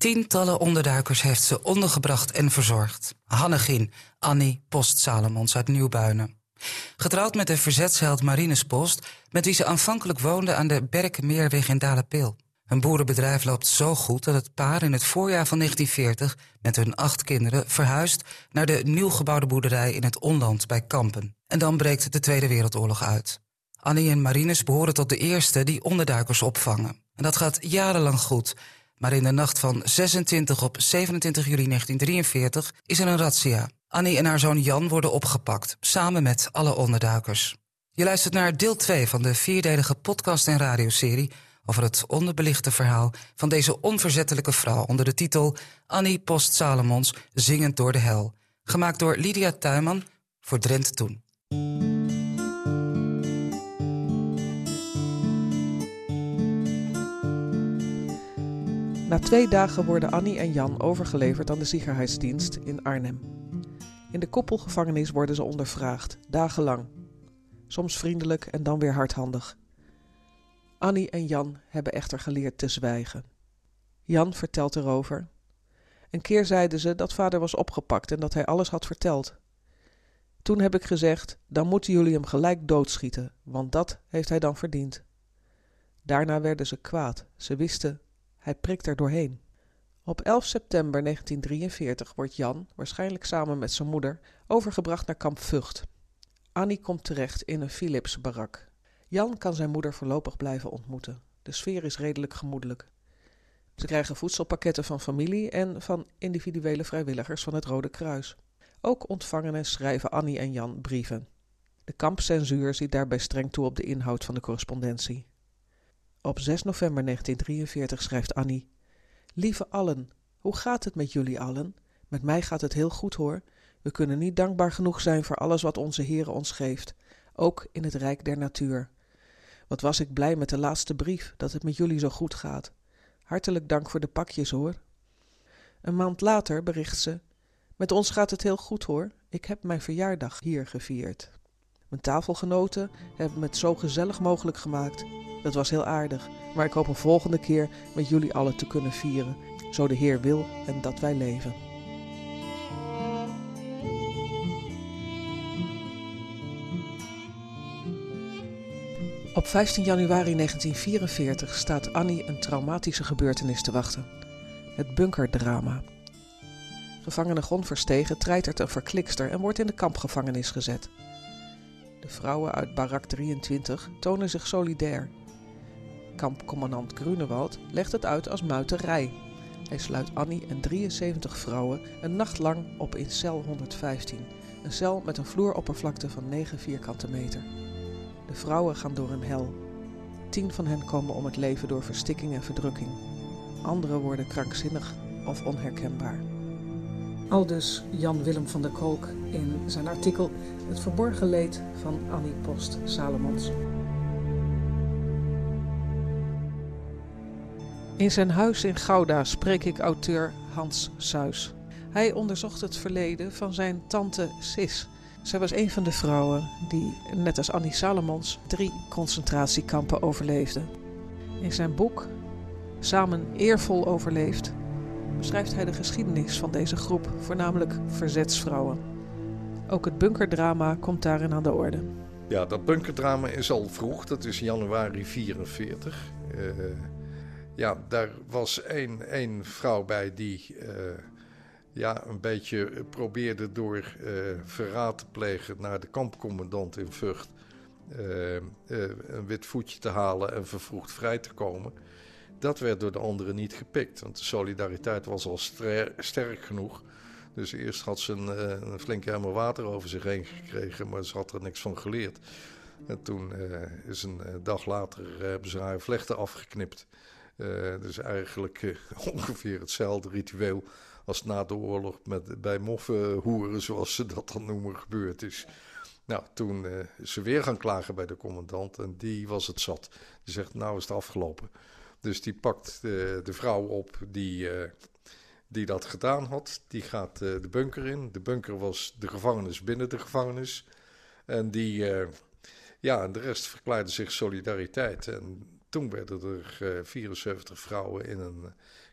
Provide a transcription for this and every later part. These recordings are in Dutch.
Tientallen onderduikers heeft ze ondergebracht en verzorgd. Hannegien, Annie Post-Salomons uit Nieuwbuinen. Getrouwd met de verzetsheld Marinus Post, met wie ze aanvankelijk woonde aan de Berkenmeerweg in Dalepil. Hun boerenbedrijf loopt zo goed dat het paar in het voorjaar van 1940 met hun 8 kinderen verhuist naar de nieuw gebouwde boerderij in het Onland bij Kampen. En dan breekt de Tweede Wereldoorlog uit. Annie en Marinus behoren tot de eerste die onderduikers opvangen. En dat gaat jarenlang goed. Maar in de nacht van 26 op 27 juli 1943 is er een razzia. Annie en haar zoon Jan worden opgepakt, samen met alle onderduikers. Je luistert naar deel 2 van de 4-delige podcast- en radioserie over het onderbelichte verhaal van deze onverzettelijke vrouw onder de titel Annie Post-Salomons, zingend door de hel. Gemaakt door Lydia Tuinman voor Drenthe Toen. Na 2 dagen worden Annie en Jan overgeleverd aan de Ziegerheidsdienst in Arnhem. In de koepelgevangenis worden ze ondervraagd, dagenlang. Soms vriendelijk en dan weer hardhandig. Annie en Jan hebben echter geleerd te zwijgen. Jan vertelt erover. Een keer zeiden ze dat vader was opgepakt en dat hij alles had verteld. Toen heb ik gezegd, dan moeten jullie hem gelijk doodschieten, want dat heeft hij dan verdiend. Daarna werden ze kwaad. Ze wisten, hij prikt er doorheen. Op 11 september 1943 wordt Jan, waarschijnlijk samen met zijn moeder, overgebracht naar kamp Vught. Annie komt terecht in een Philips-barak. Jan kan zijn moeder voorlopig blijven ontmoeten. De sfeer is redelijk gemoedelijk. Ze krijgen voedselpakketten van familie en van individuele vrijwilligers van het Rode Kruis. Ook ontvangen en schrijven Annie en Jan brieven. De kampcensuur ziet daarbij streng toe op de inhoud van de correspondentie. Op 6 november 1943 schrijft Annie: Lieve allen, hoe gaat het met jullie allen? Met mij gaat het heel goed hoor. We kunnen niet dankbaar genoeg zijn voor alles wat onze Heere ons geeft, ook in het rijk der natuur. Wat was ik blij met de laatste brief, dat het met jullie zo goed gaat. Hartelijk dank voor de pakjes hoor. Een maand later bericht ze: Met ons gaat het heel goed hoor. Ik heb mijn verjaardag hier gevierd. Mijn tafelgenoten hebben het zo gezellig mogelijk gemaakt. Dat was heel aardig, maar ik hoop een volgende keer met jullie allen te kunnen vieren. Zo de Heer wil en dat wij leven. Op 15 januari 1944 staat Annie een traumatische gebeurtenis te wachten. Het bunkerdrama. Gevangene Gon Verstegen treitert een verklikster en wordt in de kampgevangenis gezet. De vrouwen uit barak 23 tonen zich solidair. Kampcommandant Grunewald legt het uit als muiterij. Hij sluit Annie en 73 vrouwen een nacht lang op in cel 115. Een cel met een vloeroppervlakte van 9 vierkante meter. De vrouwen gaan door een hel. 10 van hen komen om het leven door verstikking en verdrukking. Anderen worden krankzinnig of onherkenbaar. Aldus Jan Willem van der Kolk in zijn artikel Het verborgen leed van Annie Post-Salomons. In zijn huis in Gouda spreek ik auteur Hans Suys. Hij onderzocht het verleden van zijn tante Sis. Zij was een van de vrouwen die, net als Annie Salomons, 3 concentratiekampen overleefde. In zijn boek Samen eervol overleefd beschrijft hij de geschiedenis van deze groep, voornamelijk verzetsvrouwen. Ook het bunkerdrama komt daarin aan de orde. Ja, dat bunkerdrama is al vroeg, dat is januari 1944. Daar was één vrouw bij die een beetje probeerde door verraad te plegen naar de kampcommandant in Vught een wit voetje te halen en vervroegd vrij te komen. Dat werd door de anderen niet gepikt, want de solidariteit was al sterk genoeg. Dus eerst had ze een flinke emmer water over zich heen gekregen, maar ze had er niks van geleerd. En toen is een dag later hebben ze haar vlechten afgeknipt. Dus eigenlijk ongeveer hetzelfde ritueel als na de oorlog bij moffenhoeren, zoals ze dat dan noemen, gebeurd is. Nou, toen is ze weer gaan klagen bij de commandant en die was het zat. Die zegt, nou is het afgelopen. Dus die pakt de vrouw op die dat gedaan had. Die gaat de bunker in. De bunker was de gevangenis binnen de gevangenis. En en de rest verklaarde zich solidariteit. En toen werden er 74 vrouwen in een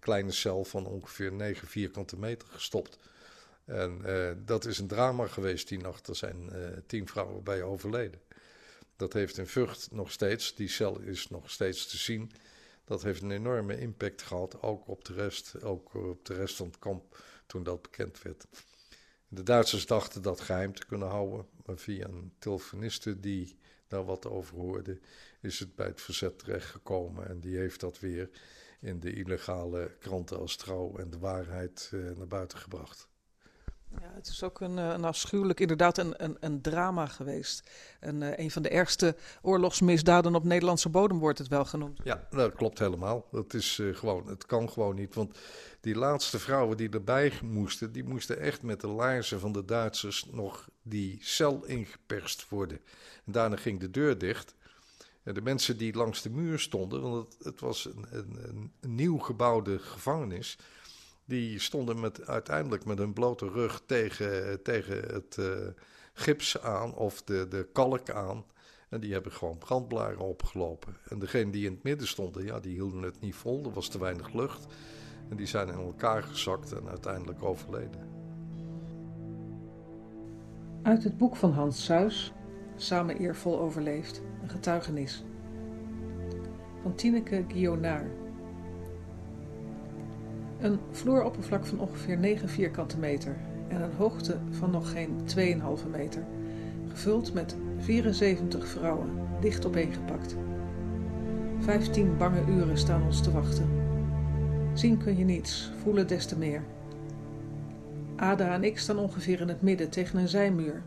kleine cel van ongeveer 9 vierkante meter gestopt. En dat is een drama geweest die nacht. Er zijn 10 vrouwen bij overleden. Dat heeft in Vught nog steeds, die cel is nog steeds te zien. Dat heeft een enorme impact gehad, ook op de rest van het kamp toen dat bekend werd. De Duitsers dachten dat geheim te kunnen houden, maar via een telefoniste die daar wat over hoorde, is het bij het verzet terechtgekomen. En die heeft dat weer in de illegale kranten als Trouw en De Waarheid naar buiten gebracht. Ja, het is ook een afschuwelijk, inderdaad een drama geweest. Een van de ergste oorlogsmisdaden op Nederlandse bodem wordt het wel genoemd. Ja, dat klopt helemaal. Dat is het kan gewoon niet. Want die laatste vrouwen die erbij moesten, die moesten echt met de laarzen van de Duitsers nog die cel ingeperst worden. En daarna ging de deur dicht. En de mensen die langs de muur stonden, want het was een nieuw gebouwde gevangenis, die stonden uiteindelijk met hun blote rug tegen het gips aan of de kalk aan. En die hebben gewoon brandblaren opgelopen. En degenen die in het midden stonden, ja, die hielden het niet vol. Er was te weinig lucht. En die zijn in elkaar gezakt en uiteindelijk overleden. Uit het boek van Hans Suys, Samen eervol overleefd, een getuigenis. Van Tineke Guillonard. Een vloeroppervlak van ongeveer 9 vierkante meter en een hoogte van nog geen 2,5 meter. Gevuld met 74 vrouwen, dicht opeengepakt. 15 bange uren staan ons te wachten. Zien kun je niets, voelen des te meer. Ada en ik staan ongeveer in het midden tegen een zijmuur.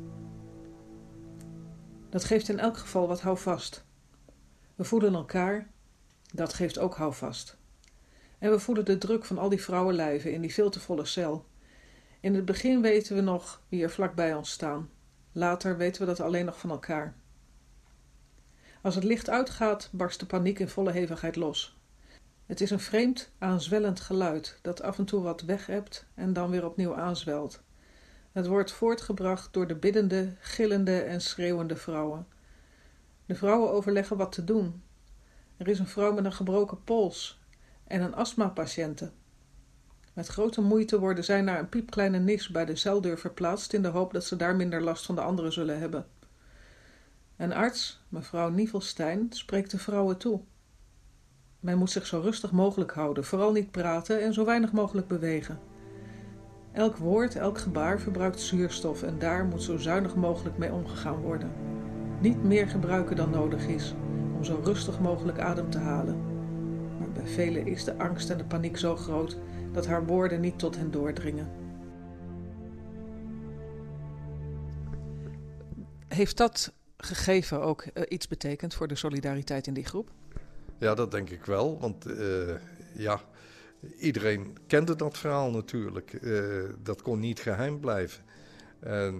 Dat geeft in elk geval wat houvast. We voelen elkaar, dat geeft ook houvast. En we voelen de druk van al die vrouwenlijven in die veel te volle cel. In het begin weten we nog wie er vlak bij ons staan. Later weten we dat alleen nog van elkaar. Als het licht uitgaat, barst de paniek in volle hevigheid los. Het is een vreemd, aanzwellend geluid dat af en toe wat wegebt en dan weer opnieuw aanzwelt. Het wordt voortgebracht door de biddende, gillende en schreeuwende vrouwen. De vrouwen overleggen wat te doen. Er is een vrouw met een gebroken pols en een astmapatiënte. Met grote moeite worden zij naar een piepkleine nis bij de celdeur verplaatst in de hoop dat ze daar minder last van de anderen zullen hebben. Een arts, mevrouw Nievelstein, spreekt de vrouwen toe. Men moet zich zo rustig mogelijk houden, vooral niet praten en zo weinig mogelijk bewegen. Elk woord, elk gebaar verbruikt zuurstof en daar moet zo zuinig mogelijk mee omgegaan worden. Niet meer gebruiken dan nodig is, om zo rustig mogelijk adem te halen. Maar bij velen is de angst en de paniek zo groot dat haar woorden niet tot hen doordringen. Heeft dat gegeven ook iets betekend voor de solidariteit in die groep? Ja, dat denk ik wel, want iedereen kende dat verhaal natuurlijk. Dat kon niet geheim blijven. En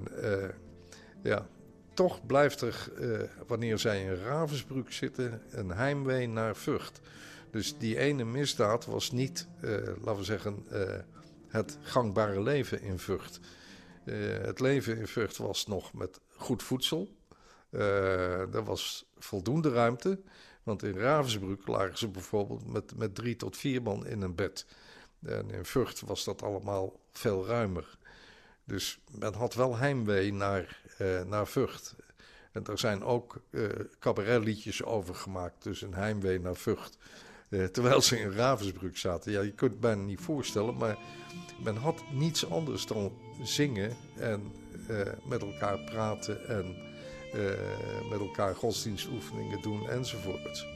toch blijft er, wanneer zij in Ravensbrück zitten, een heimwee naar Vught. Dus die ene misdaad was niet, laten we zeggen, het gangbare leven in Vught. Het leven in Vught was nog met goed voedsel. Er was voldoende ruimte. Want in Ravensbrück lagen ze bijvoorbeeld met 3 tot 4 man in een bed. En in Vught was dat allemaal veel ruimer. Dus men had wel heimwee naar Vught. En er zijn ook cabaretliedjes over gemaakt, dus een heimwee naar Vught. Terwijl ze in Ravensbrück zaten. Ja, je kunt het bijna niet voorstellen, maar men had niets anders dan zingen en met elkaar praten en met elkaar godsdienstoefeningen doen enzovoort.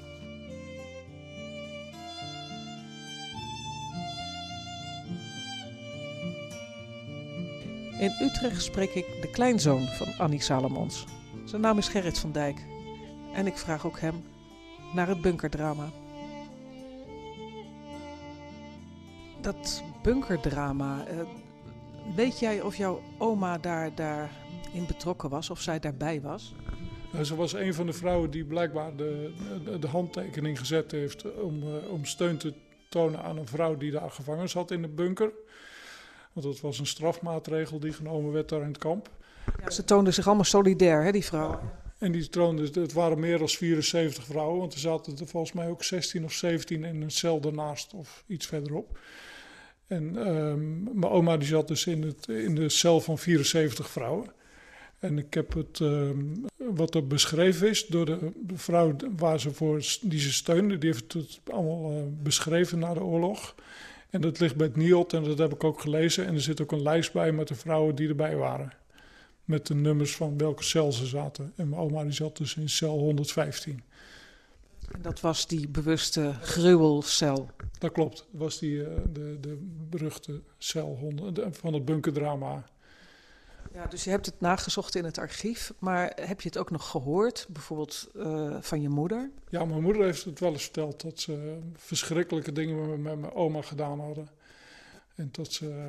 In Utrecht spreek ik de kleinzoon van Annie Salomons. Zijn naam is Gerrit van Dijk. En ik vraag ook hem naar het bunkerdrama. Dat bunkerdrama, weet jij of jouw oma daarin betrokken was, of zij daarbij was? Ze was een van de vrouwen die blijkbaar de handtekening gezet heeft om steun te tonen aan een vrouw die daar gevangen zat in de bunker. Want dat was een strafmaatregel die genomen werd daar in het kamp. Ja, ze toonden zich allemaal solidair, hè, die vrouwen? En die troonde, het waren meer dan 74 vrouwen, want er zaten er volgens mij ook 16 of 17 in een cel daarnaast of iets verderop. En mijn oma die zat dus in de cel van 74 vrouwen. En ik heb wat er beschreven is door de vrouw die ze steunde, die heeft het allemaal beschreven na de oorlog. En dat ligt bij het NIOD en dat heb ik ook gelezen. En er zit ook een lijst bij met de vrouwen die erbij waren. Met de nummers van welke cel ze zaten. En mijn oma die zat dus in cel 115. En dat was die bewuste gruwelcel. Dat klopt. Dat was de beruchte cel van het bunkerdrama. Ja, dus je hebt het nagezocht in het archief. Maar heb je het ook nog gehoord? Bijvoorbeeld van je moeder? Ja, mijn moeder heeft het wel eens verteld. Dat ze verschrikkelijke dingen met mijn oma gedaan hadden. En dat ze...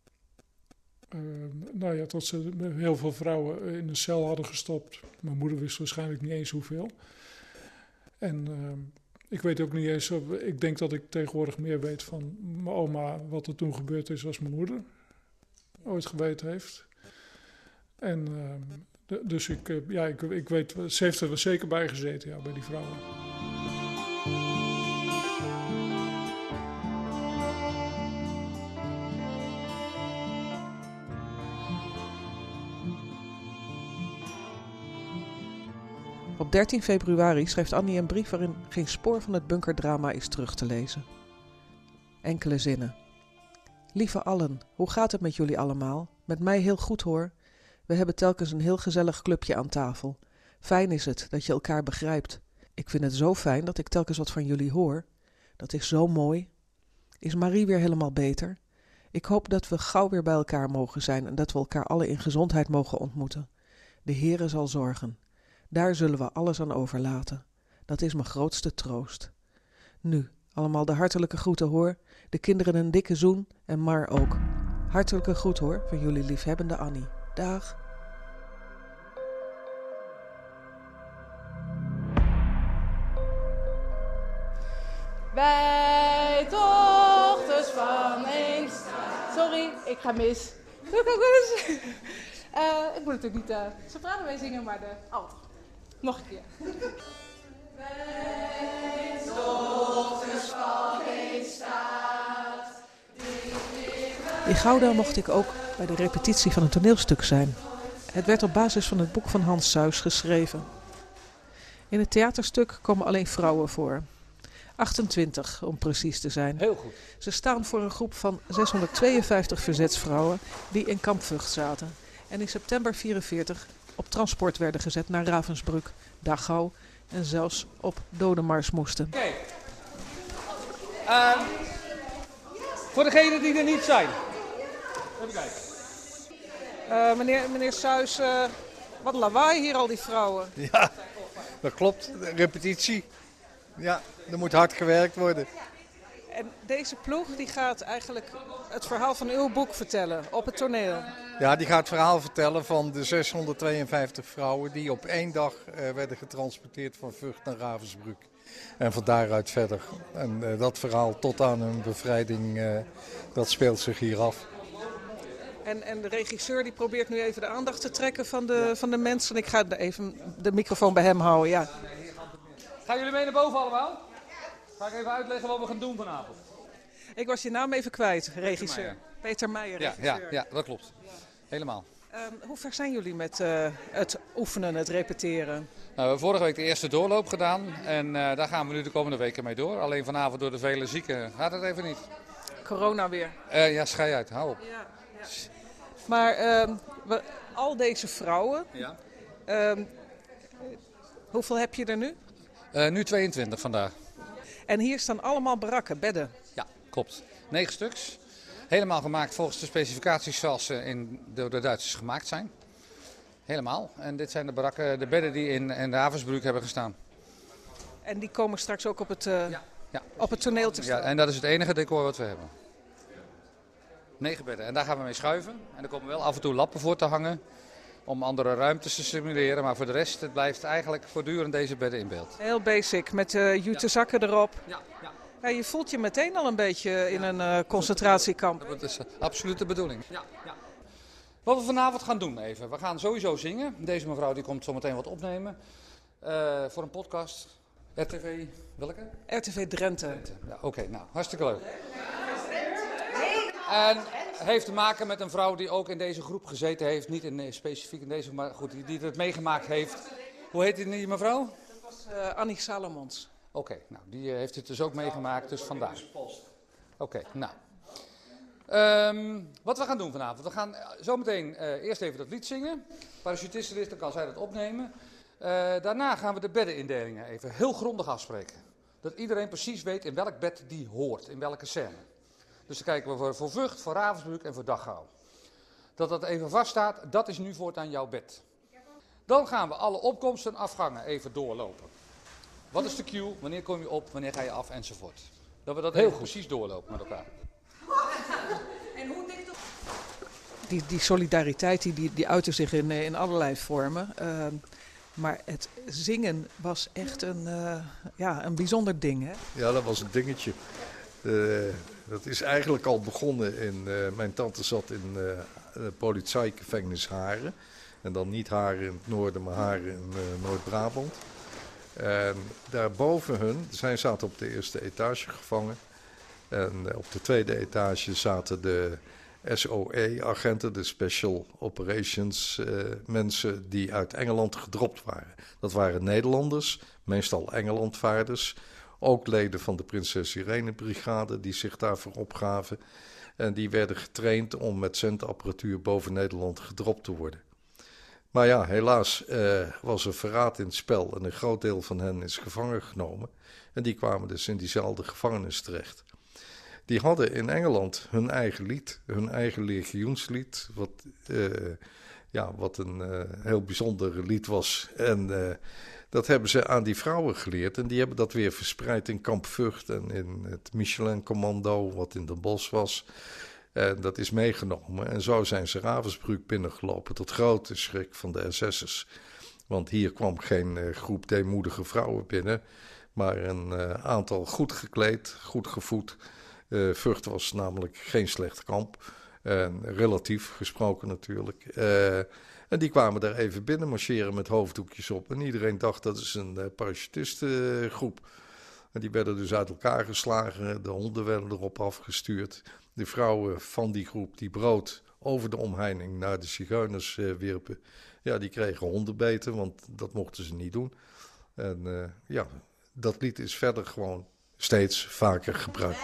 dat ze heel veel vrouwen in de cel hadden gestopt. Mijn moeder wist waarschijnlijk niet eens hoeveel. En ik weet ook niet eens... Ik denk dat ik tegenwoordig meer weet van mijn oma... wat er toen gebeurd is als mijn moeder ooit geweten heeft. En dus ik weet... Ze heeft er zeker bij gezeten, ja, bij die vrouwen. Op 13 februari schrijft Annie een brief waarin geen spoor van het bunkerdrama is terug te lezen. Enkele zinnen. Lieve allen, hoe gaat het met jullie allemaal? Met mij heel goed hoor. We hebben telkens een heel gezellig clubje aan tafel. Fijn is het dat je elkaar begrijpt. Ik vind het zo fijn dat ik telkens wat van jullie hoor. Dat is zo mooi. Is Marie weer helemaal beter? Ik hoop dat we gauw weer bij elkaar mogen zijn en dat we elkaar alle in gezondheid mogen ontmoeten. De Heere zal zorgen. Daar zullen we alles aan overlaten. Dat is mijn grootste troost. Nu, allemaal de hartelijke groeten hoor. De kinderen een dikke zoen en Mar ook. Hartelijke groet hoor van jullie liefhebbende Annie. Dag. Wij dochters van een... Sorry, ik ga mis. Doe ik ook wel eens. Ik moet natuurlijk niet soprano mee zingen, maar de alt. Nog een keer. Wij dochters van een staat. In Gouda mocht ik ook bij de repetitie van een toneelstuk zijn. Het werd op basis van het boek van Hans Suys geschreven. In het theaterstuk komen alleen vrouwen voor. 28 om precies te zijn. Heel goed. Ze staan voor een groep van 652 verzetsvrouwen die in kamp Vught zaten. En in september 1944 op transport werden gezet naar Ravensbrück, Dachau en zelfs op dodenmars moesten. Oké. Voor degenen die er niet zijn. Even kijken. Meneer Suys, wat lawaai hier al die vrouwen. Ja, dat klopt. De repetitie. Ja, er moet hard gewerkt worden. En deze ploeg die gaat eigenlijk het verhaal van uw boek vertellen op het toneel. Ja, die gaat het verhaal vertellen van de 652 vrouwen die op 1 dag werden getransporteerd van Vught naar Ravensbrück. En van daaruit verder. En dat verhaal tot aan hun bevrijding, dat speelt zich hier af. En de regisseur die probeert nu even de aandacht te trekken van de mensen. Ik ga even de microfoon bij hem houden, ja. Gaan jullie mee naar boven allemaal? Ga ik even uitleggen wat we gaan doen vanavond. Ik was je naam even kwijt, regisseur. Peter Meijer, regisseur. Ja, dat klopt. Helemaal. Hoe ver zijn jullie met het oefenen, het repeteren? Nou, we hebben vorige week de eerste doorloop gedaan en daar gaan we nu de komende weken mee door. Alleen vanavond door de vele zieken gaat het even niet. Corona weer. Ja, schei uit, hou op. Ja. Maar al deze vrouwen, hoeveel heb je er nu? Nu 22 vandaag. En hier staan allemaal barakken, bedden. Ja, klopt. 9 stuks. Helemaal gemaakt volgens de specificaties zoals ze door de Duitsers gemaakt zijn. Helemaal. En dit zijn de barakken, de bedden die in Ravensbrück hebben gestaan. En die komen straks ook op het toneel te staan? Ja, en dat is het enige decor wat we hebben. 9 bedden. En daar gaan we mee schuiven. En er komen wel af en toe lappen voor te hangen om andere ruimtes te simuleren. Maar voor de rest het blijft eigenlijk voortdurend deze bedden in beeld. Heel basic, met jute zakken erop. Ja. Ja, je voelt je meteen al een beetje in een concentratiekamp. Dat is absoluut de bedoeling. Ja. Wat we vanavond gaan doen even. We gaan sowieso zingen. Deze mevrouw die komt zometeen wat opnemen. Voor een podcast. RTV, welke? RTV Drenthe. Ja, Oké, nou, hartstikke leuk. En heeft te maken met een vrouw die ook in deze groep gezeten heeft. Niet specifiek in deze, maar goed, die het meegemaakt heeft. Hoe heet die mevrouw? Dat was Annie Salomons. Oké, nou, die heeft het dus ook meegemaakt, dus vandaar. Oké, nou. Wat we gaan doen vanavond. We gaan zometeen eerst even dat lied zingen. Parachutisten is, dan kan zij dat opnemen. Daarna gaan we de beddenindelingen even heel grondig afspreken. Dat iedereen precies weet in welk bed die hoort, in welke scène. Dus dan kijken we voor Vught, voor Ravensbrück en voor Dachau. Dat even vaststaat, dat is nu voortaan jouw bed. Dan gaan we alle opkomsten en afgangen even doorlopen. Wat is de cue, wanneer kom je op, wanneer ga je af enzovoort. Dat we dat heel even precies doorlopen met elkaar. En hoe dicht op... Die solidariteit die uitte zich in allerlei vormen. Maar het zingen was echt een bijzonder ding, hè? Ja, dat was een dingetje. Dat is eigenlijk al begonnen mijn tante zat in de politiegevangenis Haren. En dan niet Haren in het noorden, maar Haren in Noord-Brabant. En daarboven zij zaten op de eerste etage gevangen. En op de tweede etage zaten de SOE-agenten, de Special Operations mensen die uit Engeland gedropt waren. Dat waren Nederlanders, meestal Engelandvaarders. Ook leden van de Prinses Irene Brigade die zich daarvoor opgaven. En die werden getraind om met zendapparatuur boven Nederland gedropt te worden. Maar ja, helaas was er verraad in het spel en een groot deel van hen is gevangen genomen. En die kwamen dus in diezelfde gevangenis terecht. Die hadden in Engeland hun eigen lied, hun eigen legioenslied, wat een heel bijzonder lied was. En dat hebben ze aan die vrouwen geleerd en die hebben dat weer verspreid in Kamp Vught en in het Michelin-commando, wat in Den Bosch was. En dat is meegenomen en zo zijn ze Ravensbrück binnengelopen tot grote schrik van de SS'ers. Want hier kwam geen groep deemoedige vrouwen binnen, maar een aantal goed gekleed, goed gevoed. Vught was namelijk geen slecht kamp, relatief gesproken natuurlijk. En die kwamen daar even binnen marcheren met hoofddoekjes op. En iedereen dacht dat is een parachutistengroep. En die werden dus uit elkaar geslagen, de honden werden erop afgestuurd. De vrouwen van die groep die brood over de omheining naar de zigeuners wierpen, ja, die kregen hondenbeten, want dat mochten ze niet doen. En dat lied is verder gewoon steeds vaker gebruikt.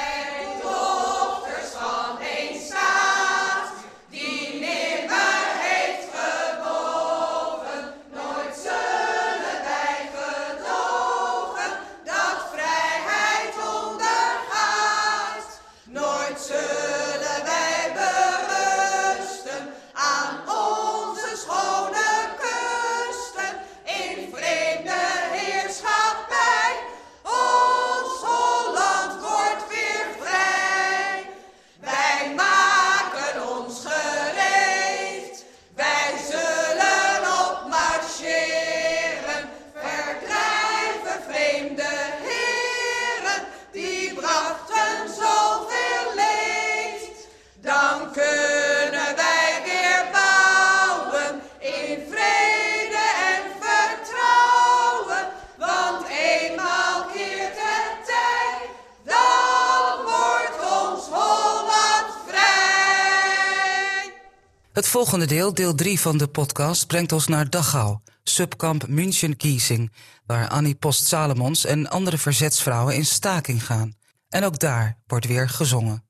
Het volgende deel 3 van de podcast, brengt ons naar Dachau, subkamp München-Giesing, waar Annie Post Salomons en andere verzetsvrouwen in staking gaan. En ook daar wordt weer gezongen.